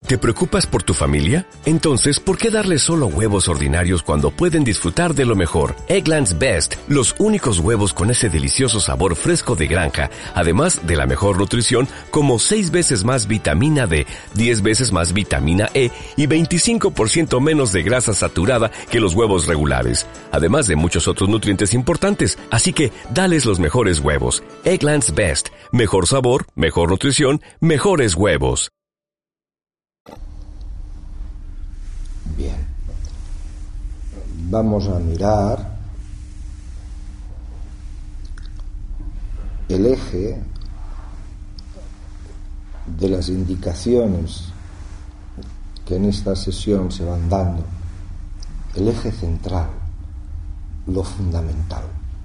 ¿Te preocupas por tu familia? Entonces, ¿por qué darles solo huevos ordinarios cuando pueden disfrutar de lo mejor? Eggland's Best, los únicos huevos con ese delicioso sabor fresco de granja, además de la mejor nutrición, como 6 veces más vitamina D, 10 veces más vitamina E y 25% menos de grasa saturada que los huevos regulares, además de muchos otros nutrientes importantes. Así que, dales los mejores huevos. Eggland's Best, mejor sabor, mejor nutrición, mejores huevos. Bien, vamos a mirar el eje de las indicaciones que en esta sesión se van dando, el eje central, lo fundamental.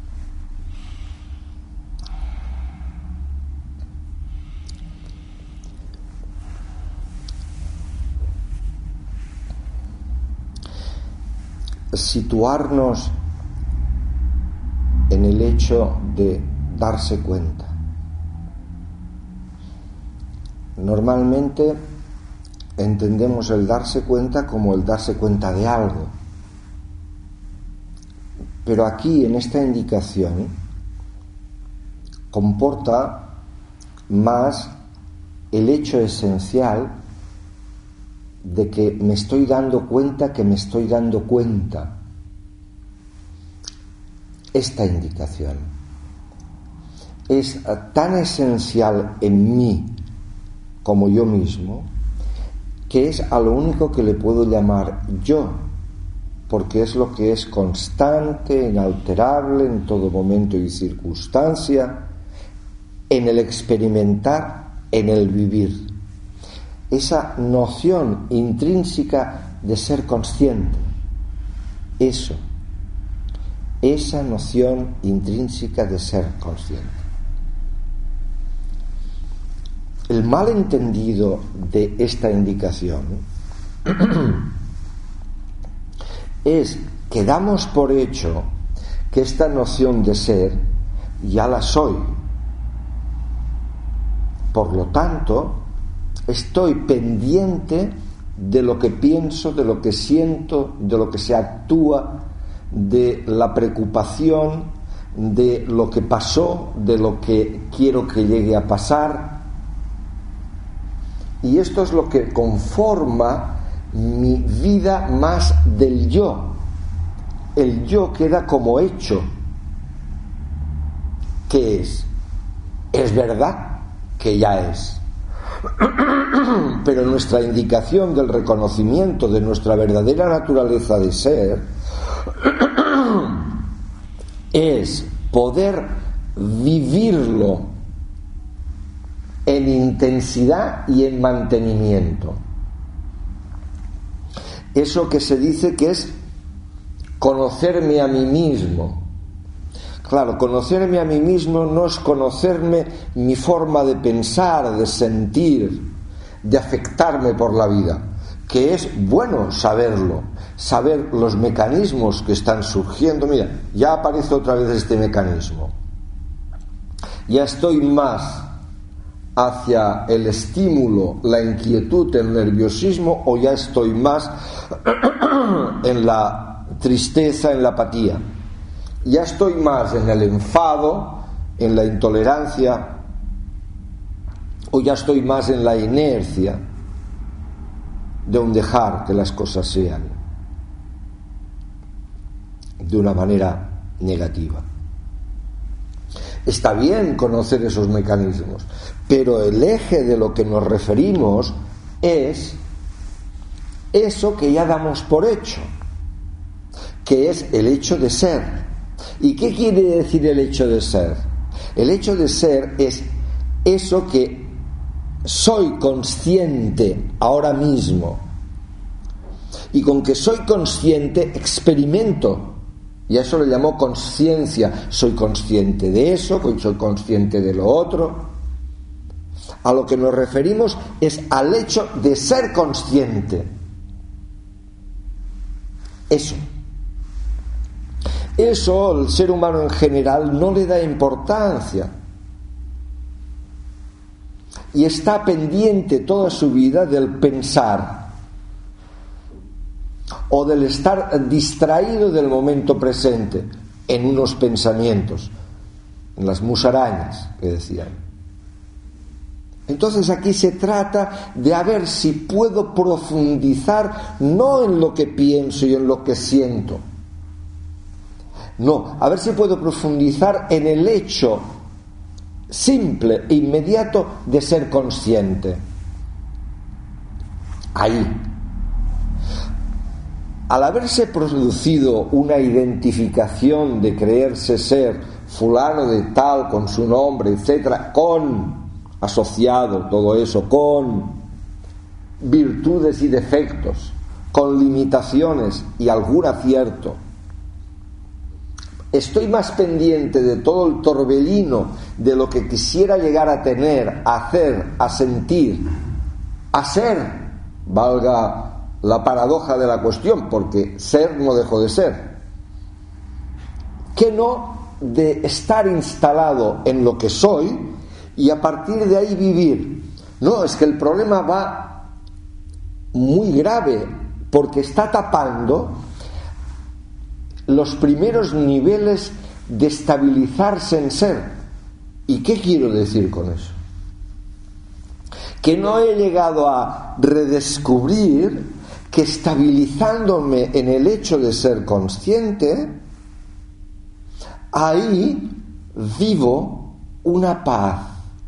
Situarnos en el hecho de darse cuenta. Normalmente entendemos el darse cuenta como el darse cuenta de algo, pero aquí en esta indicación comporta más el hecho esencial de que me estoy dando cuenta que me estoy dando cuenta. Esta indicación es tan esencial en mí como yo mismo, que es a lo único que le puedo llamar yo, porque es lo que es constante, inalterable en todo momento y circunstancia, en el experimentar, en el vivir. Esa noción intrínseca de ser consciente, esa noción intrínseca de ser consciente. El malentendido de esta indicación es que damos por hecho que esta noción de ser ya la soy. Por lo tanto, estoy pendiente de lo que pienso, de lo que siento, de lo que se actúa, de la preocupación, de lo que pasó, de lo que quiero que llegue a pasar. Y esto es lo que conforma mi vida más del yo. El yo queda como hecho. ¿Qué es? Es verdad que ya es. Pero nuestra indicación del reconocimiento de nuestra verdadera naturaleza de ser es poder vivirlo en intensidad y en mantenimiento. Eso que se dice que es conocerme a mí mismo. Claro, conocerme a mí mismo no es conocerme mi forma de pensar, de sentir, de afectarme por la vida, que es bueno saberlo, saber los mecanismos que están surgiendo. Mira, ya aparece otra vez este mecanismo. Ya estoy más hacia el estímulo, la inquietud, el nerviosismo, o ya estoy más en la tristeza, en la apatía. Ya estoy más en el enfado, en la intolerancia, o ya estoy más en la inercia de un dejar que las cosas sean de una manera negativa. Está bien conocer esos mecanismos, pero el eje de lo que nos referimos es eso que ya damos por hecho, que es el hecho de ser. ¿Y qué quiere decir el hecho de ser? El hecho de ser es eso que soy consciente ahora mismo. Y con que soy consciente experimento. Y a eso le llamó conciencia. Soy consciente de eso, soy consciente de lo otro. A lo que nos referimos es al hecho de ser consciente. Eso el ser humano en general no le da importancia. y está pendiente toda su vida del pensar o del estar distraído del momento presente en unos pensamientos, en las musarañas que decían. Entonces aquí se trata de a ver si puedo profundizar no en lo que pienso y en lo que siento, no, a ver si puedo profundizar en el hecho simple e inmediato de ser consciente. Ahí, al haberse producido una identificación de creerse ser fulano de tal con su nombre, etcétera, con asociado todo eso, con virtudes y defectos, con limitaciones y algún acierto, estoy más pendiente de todo el torbellino de lo que quisiera llegar a tener, a hacer, a sentir, a ser, valga la paradoja de la cuestión, porque ser no dejo de ser, que no de estar instalado en lo que soy y a partir de ahí vivir. No, es que el problema va muy grave, porque está tapando los primeros niveles de estabilizarse en ser. ¿Y qué quiero decir con eso? Que no he llegado a redescubrir que estabilizándome en el hecho de ser consciente, ahí vivo una paz,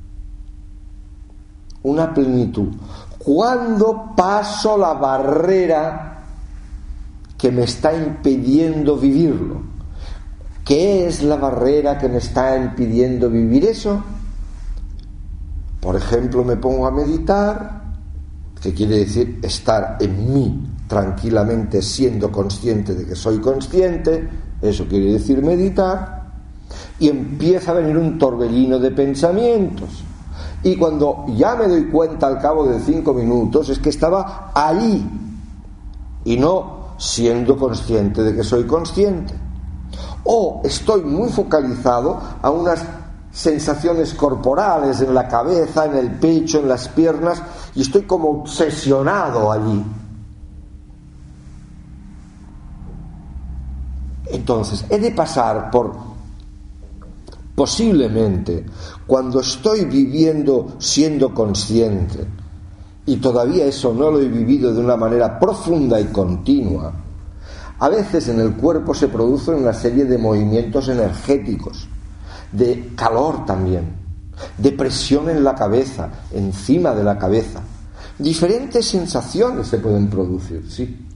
una plenitud. Cuando paso la barrera que me está impidiendo vivirlo. ¿Qué es la barrera que me está impidiendo vivir eso? Por ejemplo, me pongo a meditar, que quiere decir estar en mí tranquilamente siendo consciente de que soy consciente, eso quiere decir meditar, y empieza a venir un torbellino de pensamientos. Y cuando ya me doy cuenta al cabo de 5 minutos es que estaba ahí y no siendo consciente de que soy consciente. O estoy muy focalizado a unas sensaciones corporales en la cabeza, en el pecho, en las piernas, y estoy como obsesionado allí. Entonces, he de pasar por, posiblemente, cuando estoy viviendo siendo consciente, y todavía eso no lo he vivido de una manera profunda y continua, a veces en el cuerpo se producen una serie de movimientos energéticos, de calor también, de presión en la cabeza, encima de la cabeza. Diferentes sensaciones se pueden producir, sí.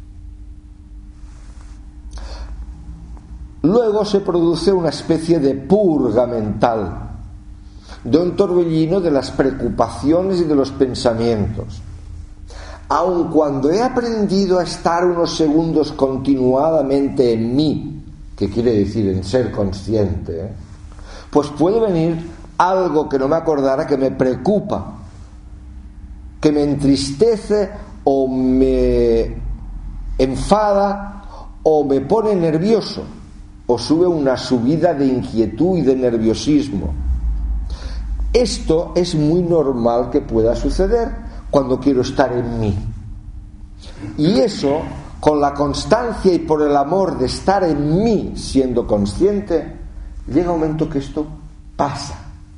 Luego se produce una especie de purga mental, de un torbellino de las preocupaciones y de los pensamientos. Aun cuando he aprendido a estar unos segundos continuadamente en mí, que quiere decir en ser consciente, pues puede venir algo que no me acordara, que me preocupa, que me entristece o me enfada o me pone nervioso, o sube una subida de inquietud y de nerviosismo. Esto es muy normal que pueda suceder cuando quiero estar en mí. Y eso, con la constancia y por el amor de estar en mí siendo consciente, llega un momento que esto pasa,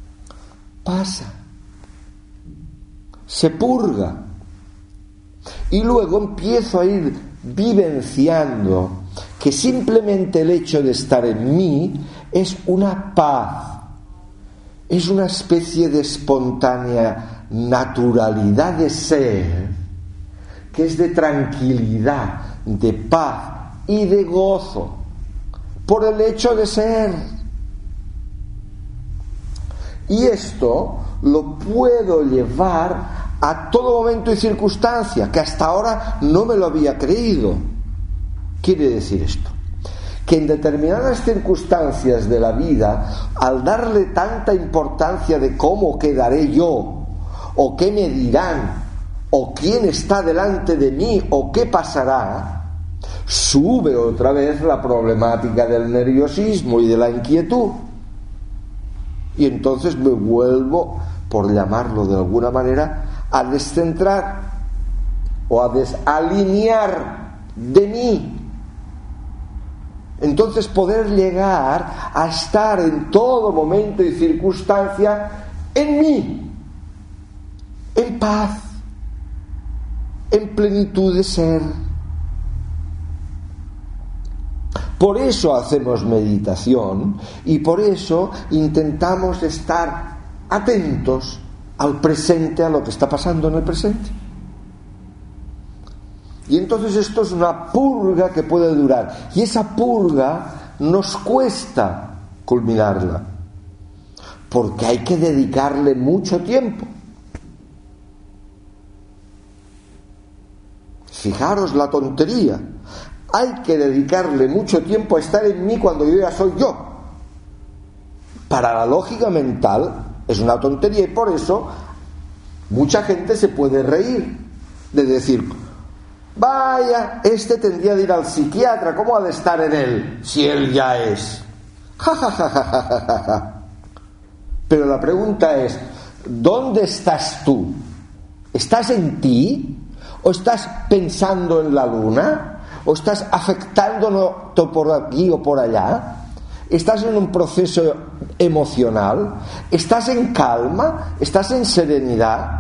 se purga, y luego empiezo a ir vivenciando que simplemente el hecho de estar en mí es una paz, es una especie de espontánea naturalidad de ser, que es de tranquilidad, de paz y de gozo por el hecho de ser. Y esto lo puedo llevar a todo momento y circunstancia, que hasta ahora no me lo había creído. Quiere decir esto, que en determinadas circunstancias de la vida, al darle tanta importancia de cómo quedaré yo, o qué me dirán, o quién está delante de mí, o qué pasará, sube otra vez la problemática del nerviosismo y de la inquietud. Y entonces me vuelvo por llamarlo de alguna manera, a descentrar o a desalinear de mí. Entonces poder llegar a estar en todo momento y circunstancia en mí, en paz, en plenitud de ser. Por eso hacemos meditación y por eso intentamos estar atentos al presente, a lo que está pasando en el presente. Y entonces esto es una purga que puede durar. Y esa purga nos cuesta culminarla, porque hay que dedicarle mucho tiempo. Fijaros la tontería. Hay que dedicarle mucho tiempo a estar en mí cuando yo ya soy yo. Para la lógica mental es una tontería, y por eso mucha gente se puede reír de decir: vaya, este tendría de ir al psiquiatra, ¿cómo ha de estar en él si él ya es? Ja, ja, ja, ja, ja, ja, ja. Pero la pregunta es: ¿dónde estás tú? ¿Estás en ti? ¿O estás pensando en la luna? ¿O estás afectándonos por aquí o por allá? ¿Estás en un proceso emocional? ¿Estás en calma? ¿Estás en serenidad?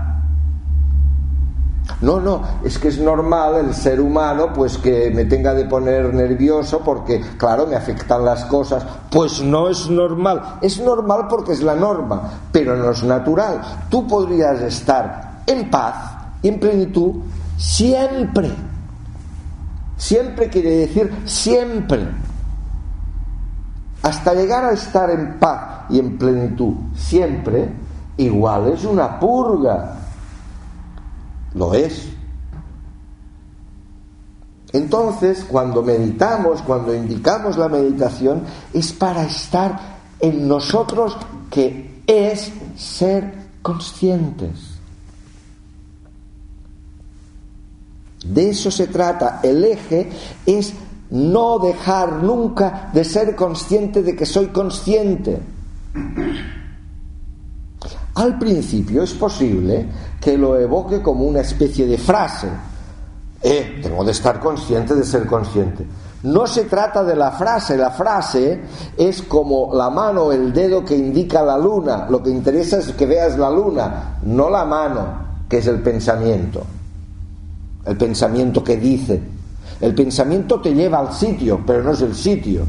No, es que es normal el ser humano pues que me tenga de poner nervioso porque, claro, me afectan las cosas. Pues no es normal. Es normal porque es la norma, pero no es natural. Tú podrías estar en paz y en plenitud siempre. Siempre quiere decir siempre. Hasta llegar a estar en paz y en plenitud siempre, igual es una purga. Lo es. Entonces, cuando meditamos, cuando indicamos la meditación, es para estar en nosotros, que es ser conscientes. De eso se trata. El eje es no dejar nunca de ser consciente de que soy consciente. Al principio es posible que lo evoque como una especie de frase. Tengo de estar consciente de ser consciente. No se trata de la frase es como la mano o el dedo que indica la luna. Lo que interesa es que veas la luna, no la mano, que es el pensamiento. El pensamiento que dice. El pensamiento te lleva al sitio, pero no es el sitio.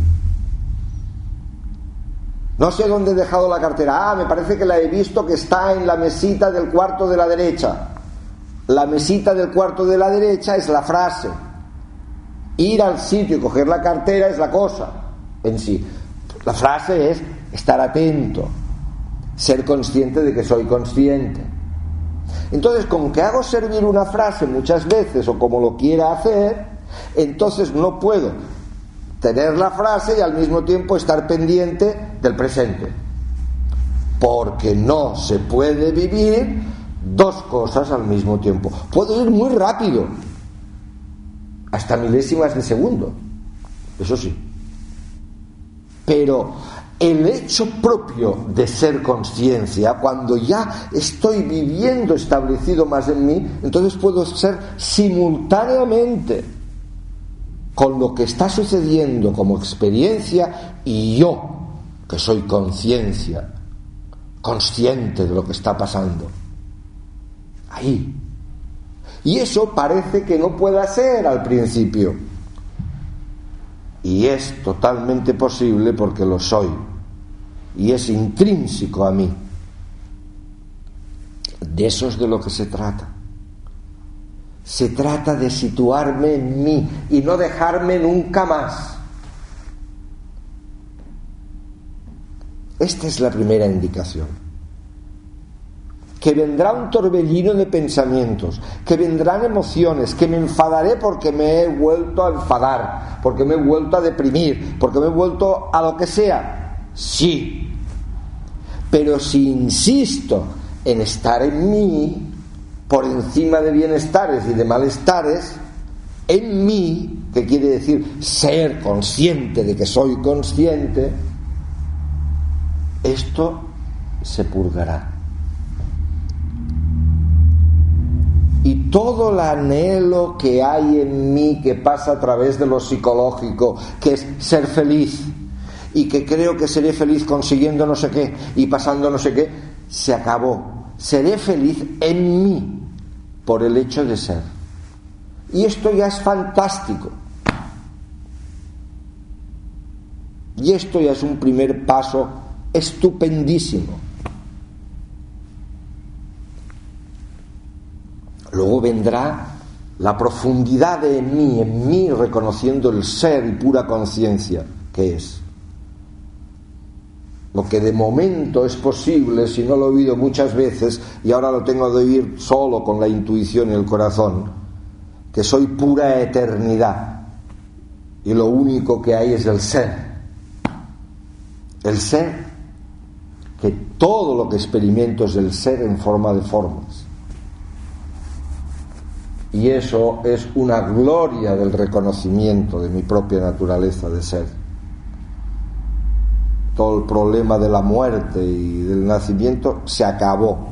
No sé dónde he dejado la cartera. Me parece que la he visto, que está en la mesita del cuarto de la derecha. La mesita del cuarto de la derecha es la frase. Ir al sitio y coger la cartera es la cosa en sí. La frase es estar atento, ser consciente de que soy consciente. Entonces, con que hago servir una frase muchas veces o como lo quiera hacer, entonces no puedo tener la frase y al mismo tiempo estar pendiente del presente, porque no se puede vivir dos cosas al mismo tiempo. Puedo ir muy rápido, hasta milésimas de segundo, eso sí, pero el hecho propio de ser conciencia, cuando ya estoy viviendo establecido más en mí, entonces puedo ser simultáneamente con lo que está sucediendo como experiencia y yo, que soy conciencia, consciente de lo que está pasando. Ahí. Y eso parece que no pueda ser al principio. Y es totalmente posible porque lo soy. Y es intrínseco a mí. De eso es de lo que se trata. Se trata de situarme en mí y no dejarme nunca más. Esta es la primera indicación. Que vendrá un torbellino de pensamientos, que vendrán emociones, que me enfadaré porque me he vuelto a enfadar, porque me he vuelto a deprimir, porque me he vuelto a lo que sea. Sí. Pero si insisto en estar en mí, por encima de bienestares y de malestares, en mí, que quiere decir ser consciente de que soy consciente, esto se purgará. todo el anhelo que hay en mí, que pasa a través de lo psicológico, que es ser feliz, y que creo que seré feliz consiguiendo no sé qué y pasando no sé qué, se acabó. Seré feliz en mí por el hecho de ser. Y esto ya es fantástico. Y esto ya es un primer paso estupendísimo. Luego vendrá la profundidad de en mí reconociendo el ser y pura conciencia que es. Lo que de momento es posible, si no lo he oído muchas veces, y ahora lo tengo de oír solo con la intuición y el corazón, que soy pura eternidad, y lo único que hay es el ser. El ser, que todo lo que experimento es el ser en forma de formas. Y eso es una gloria del reconocimiento de mi propia naturaleza de ser. Todo el problema de la muerte y del nacimiento se acabó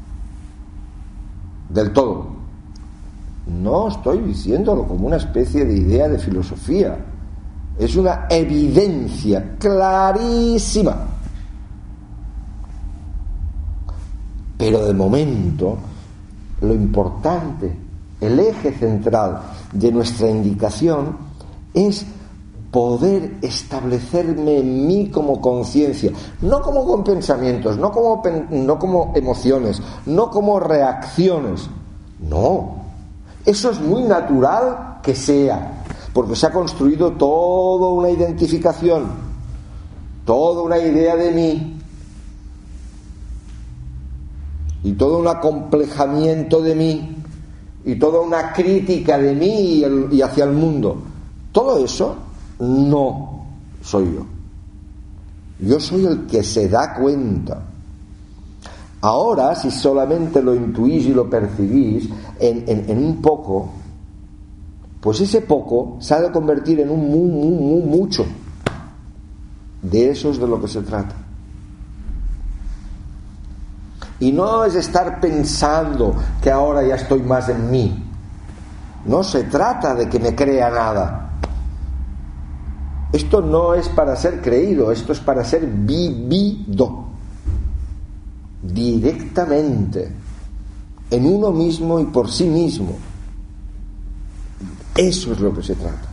del todo. No estoy diciéndolo como una especie de idea de filosofía, es una evidencia clarísima. Pero de momento lo importante, el eje central de nuestra indicación es poder establecerme en mí como conciencia, no como con pensamientos, no como emociones, no como reacciones. No, eso es muy natural que sea, porque se ha construido toda una identificación, toda una idea de mí y todo un acomplejamiento de mí y toda una crítica de mí y hacia el mundo. Todo eso no soy yo. Yo soy el que se da cuenta. Ahora, si solamente lo intuís y lo percibís en un poco, pues ese poco se ha de convertir en un mucho. De eso es de lo que se trata. Y no es estar pensando que ahora ya estoy más en mí. No se trata de que me crea nada. Esto no es para ser creído, esto es para ser vivido directamente en uno mismo y por sí mismo. Eso es lo que se trata.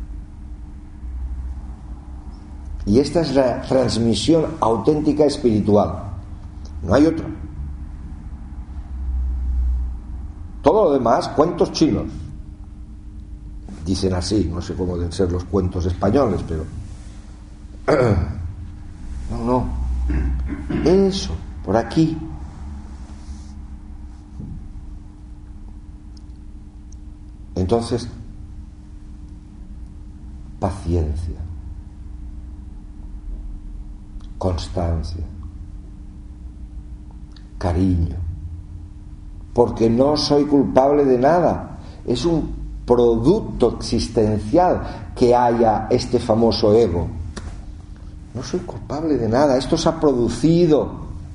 Y esta es la transmisión auténtica espiritual. No hay otra. Todo lo demás, cuentos chinos. Dicen así, no sé cómo deben ser los cuentos españoles, pero no, eso, por aquí. Entonces, paciencia, constancia, cariño, porque no soy culpable de nada, es un producto existencial que haya este famoso ego. No soy culpable de nada, esto se ha producido.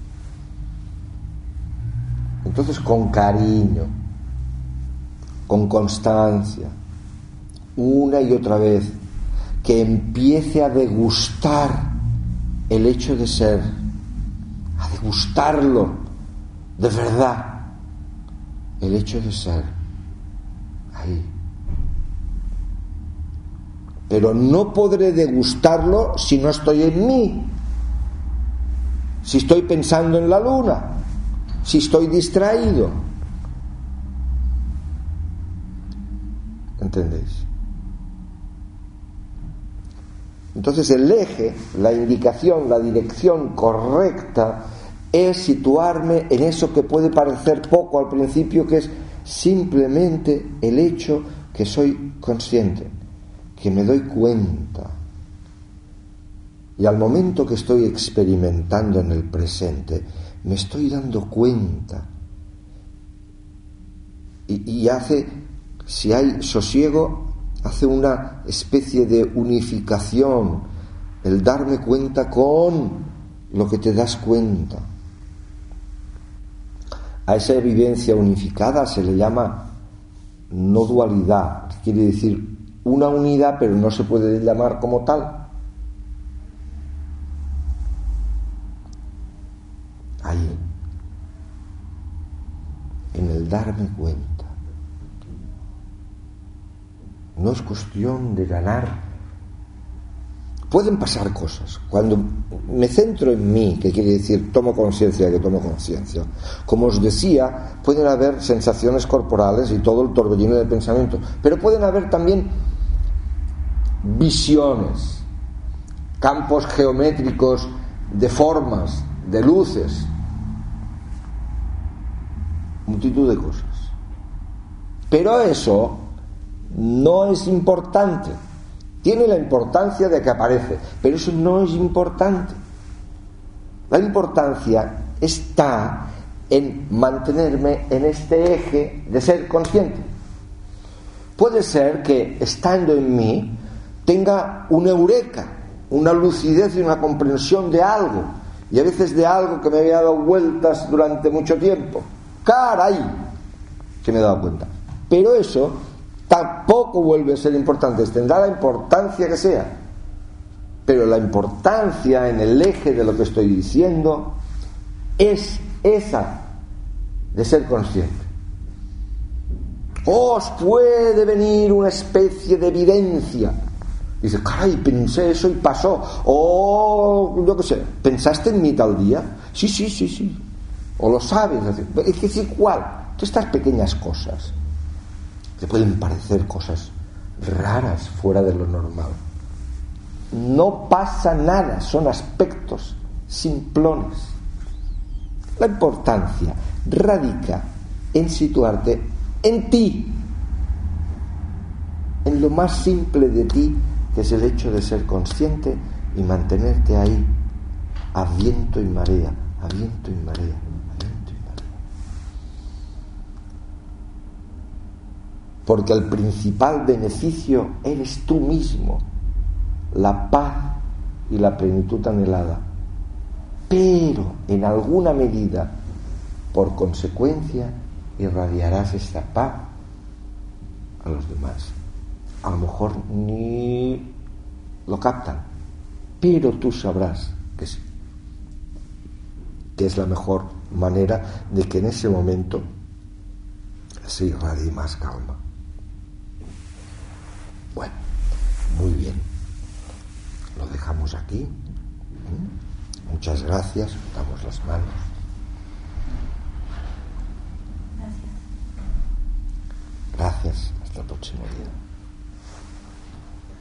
Entonces, con cariño, con constancia, una y otra vez, que empiece a degustar el hecho de ser, a degustarlo de verdad, el hecho de ser, ahí. Pero no podré degustarlo si no estoy en mí, si estoy pensando en la luna, si estoy distraído. ¿Entendéis? Entonces el eje, la indicación, la dirección correcta es situarme en eso que puede parecer poco al principio, que es simplemente el hecho que soy consciente, que me doy cuenta. Y al momento que estoy experimentando en el presente, me estoy dando cuenta. Y hace, si hay sosiego, hace una especie de unificación, el darme cuenta con lo que te das cuenta. A esa evidencia unificada se le llama no dualidad, quiere decir una unidad, pero no se puede llamar como tal. Ahí, en el darme cuenta. No es cuestión de ganar. Pueden pasar cosas. Cuando me centro en mí, que quiere decir tomo conciencia de que tomo conciencia, como os decía, pueden haber sensaciones corporales y todo el torbellino de pensamiento, pero pueden haber también visiones, campos geométricos de formas, de luces, multitud de cosas. Pero eso no es importante. Tiene la importancia de que aparece, pero eso no es importante. La importancia está en mantenerme en este eje de ser consciente. Puede ser que, estando en mí, tenga una eureka, una lucidez y una comprensión de algo, y a veces de algo que me había dado vueltas durante mucho tiempo. ¡Caray! Que me he dado cuenta. Pero eso tampoco vuelve a ser importante, tendrá la importancia que sea, pero la importancia en el eje de lo que estoy diciendo es esa de ser consciente. Os puede venir una especie de evidencia, dice, caray, pensé eso y pasó, o yo qué sé, ¿pensaste en mí tal día? Sí, o lo sabes, es que es igual. Todas estas pequeñas cosas te pueden parecer cosas raras, fuera de lo normal. No pasa nada, son aspectos simplones. La importancia radica en situarte en ti, en lo más simple de ti, que es el hecho de ser consciente y mantenerte ahí, a viento y marea, a viento y marea. Porque el principal beneficio eres tú mismo, la paz y la plenitud anhelada. Pero en alguna medida, por consecuencia, irradiarás esta paz a los demás. A lo mejor ni lo captan, pero tú sabrás que sí, que es la mejor manera de que en ese momento se irradie más calma. Bueno, muy bien. Lo dejamos aquí. Muchas gracias. Damos las manos. Gracias. Hasta el próximo día.